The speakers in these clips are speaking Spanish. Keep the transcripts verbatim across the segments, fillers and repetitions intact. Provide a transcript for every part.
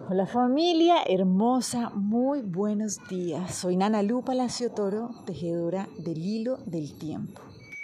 Hola familia hermosa, muy buenos días. Soy Nanalu Palacio Toro, tejedora del hilo del tiempo.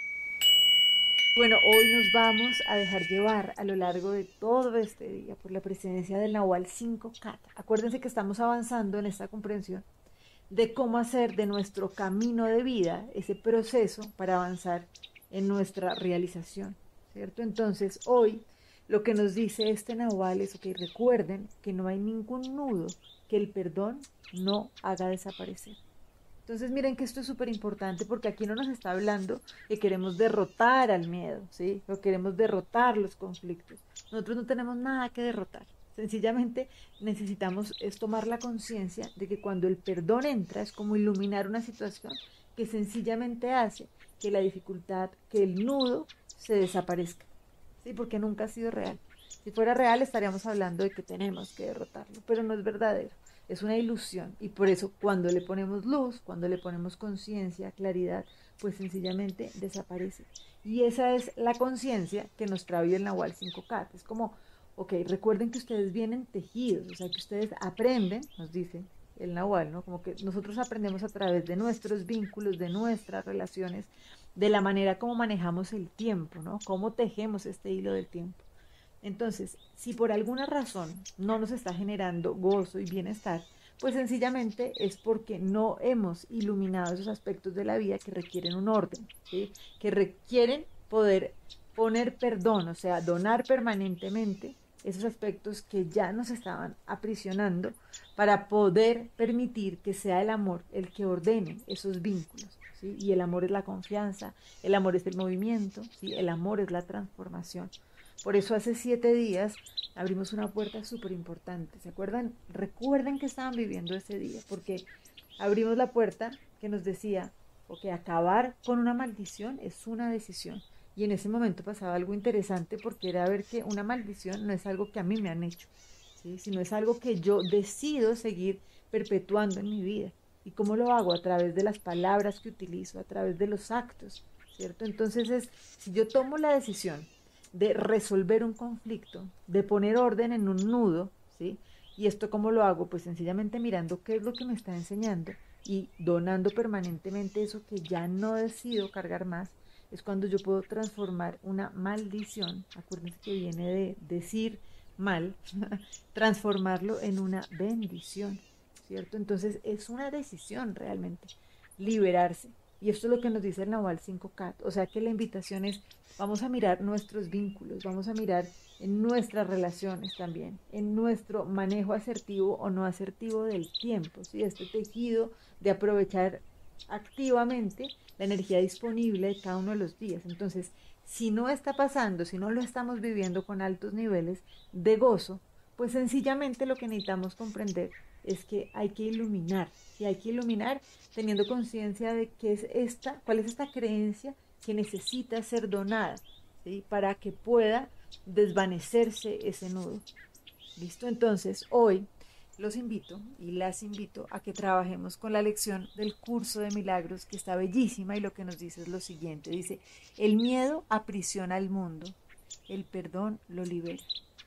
Bueno, hoy nos vamos a dejar llevar a lo largo de todo este día por la presencia del Nahual cinco Cat. Acuérdense que estamos avanzando en esta comprensión de cómo hacer de nuestro camino de vida ese proceso para avanzar en nuestra realización, ¿cierto? Entonces, hoy lo que nos dice este Nahual es, ok, recuerden que no hay ningún nudo que el perdón no haga desaparecer. Entonces, miren que esto es súper importante porque aquí no nos está hablando que queremos derrotar al miedo, ¿sí? O queremos derrotar los conflictos. Nosotros no tenemos nada que derrotar. Sencillamente necesitamos es tomar la conciencia de que cuando el perdón entra es como iluminar una situación que sencillamente hace que la dificultad, que el nudo se desaparezca, ¿sí? Porque nunca ha sido real. Si fuera real estaríamos hablando de que tenemos que derrotarlo, pero no es verdadero. Es una ilusión y por eso cuando le ponemos luz, cuando le ponemos conciencia, claridad, pues sencillamente desaparece. Y esa es la conciencia que nos trae el Nahual cinco Cat. Es como, ok, recuerden que ustedes vienen tejidos, o sea, que ustedes aprenden, nos dice el Nahual, ¿no? Como que nosotros aprendemos a través de nuestros vínculos, de nuestras relaciones, de la manera como manejamos el tiempo, ¿no? Cómo tejemos este hilo del tiempo. Entonces, si por alguna razón no nos está generando gozo y bienestar, pues sencillamente es porque no hemos iluminado esos aspectos de la vida que requieren un orden, ¿sí? Que requieren poder poner perdón, o sea, donar permanentemente esos aspectos que ya nos estaban aprisionando para poder permitir que sea el amor el que ordene esos vínculos, ¿sí? Y el amor es la confianza, el amor es el movimiento, ¿sí? El amor es la transformación. Por eso hace siete días abrimos una puerta súper importante. ¿Se acuerdan? Recuerden que estaban viviendo ese día, porque abrimos la puerta que nos decía, ok, acabar con una maldición es una decisión. Y en ese momento pasaba algo interesante porque era ver que una maldición no es algo que a mí me han hecho, ¿sí? Sino es algo que yo decido seguir perpetuando en mi vida. ¿Y cómo lo hago? A través de las palabras que utilizo, a través de los actos, ¿cierto? Entonces es, si yo tomo la decisión de resolver un conflicto, de poner orden en un nudo, ¿sí? ¿Y esto cómo lo hago? Pues sencillamente mirando qué es lo que me está enseñando y donando permanentemente eso que ya no decido cargar más, es cuando yo puedo transformar una maldición, acuérdense que viene de decir mal, transformarlo en una bendición, ¿cierto? Entonces es una decisión realmente, liberarse. Y esto es lo que nos dice el Nahual cinco Cat. O sea que la invitación es, vamos a mirar nuestros vínculos, vamos a mirar en nuestras relaciones también, en nuestro manejo asertivo o no asertivo del tiempo, ¿sí? Este tejido de aprovechar activamente la energía disponible de cada uno de los días. Entonces, si no está pasando, si no lo estamos viviendo con altos niveles de gozo, pues sencillamente lo que necesitamos comprender es que hay que iluminar, y hay que iluminar teniendo conciencia de qué es esta, cuál es esta creencia que necesita ser donada, ¿sí? Para que pueda desvanecerse ese nudo. ¿Listo? Entonces, hoy los invito y las invito a que trabajemos con la lección del curso de milagros que está bellísima y lo que nos dice es lo siguiente. Dice, el miedo aprisiona al mundo, el perdón lo libera.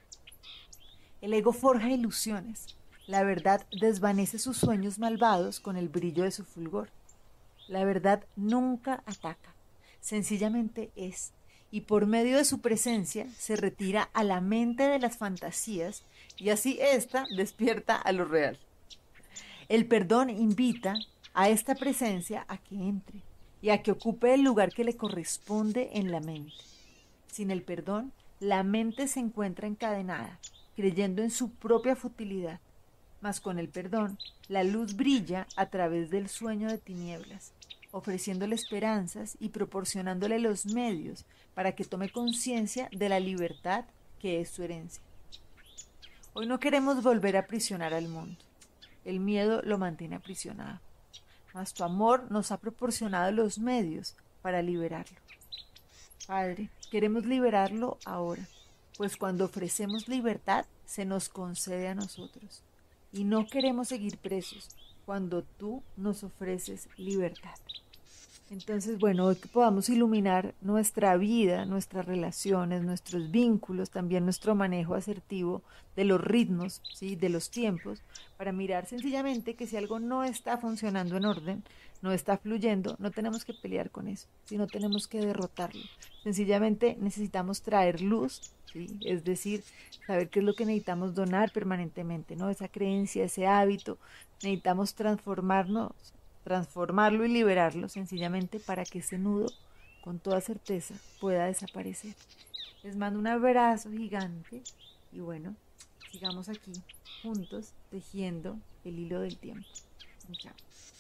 El ego forja ilusiones, la verdad desvanece sus sueños malvados con el brillo de su fulgor. La verdad nunca ataca, sencillamente es, y por medio de su presencia se retira a la mente de las fantasías y así ésta despierta a lo real. El perdón invita a esta presencia a que entre y a que ocupe el lugar que le corresponde en la mente. Sin el perdón, la mente se encuentra encadenada, creyendo en su propia futilidad. Mas con el perdón, la luz brilla a través del sueño de tinieblas, ofreciéndole esperanzas y proporcionándole los medios para que tome conciencia de la libertad que es su herencia. Hoy no queremos volver a aprisionar al mundo. El miedo lo mantiene aprisionado. Mas tu amor nos ha proporcionado los medios para liberarlo. Padre, queremos liberarlo ahora, pues cuando ofrecemos libertad se nos concede a nosotros. Y no queremos seguir presos cuando tú nos ofreces libertad. Entonces, bueno, hoy que podamos iluminar nuestra vida, nuestras relaciones, nuestros vínculos, también nuestro manejo asertivo de los ritmos, ¿sí? De los tiempos, para mirar sencillamente que si algo no está funcionando en orden, no está fluyendo, no tenemos que pelear con eso, sino tenemos que derrotarlo. Sencillamente necesitamos traer luz, ¿sí? Es decir, saber qué es lo que necesitamos donar permanentemente, ¿no? Esa creencia, ese hábito, necesitamos transformarnos transformarlo y liberarlo sencillamente para que ese nudo con toda certeza pueda desaparecer. Les mando un abrazo gigante y bueno, sigamos aquí juntos tejiendo el hilo del tiempo. Chao.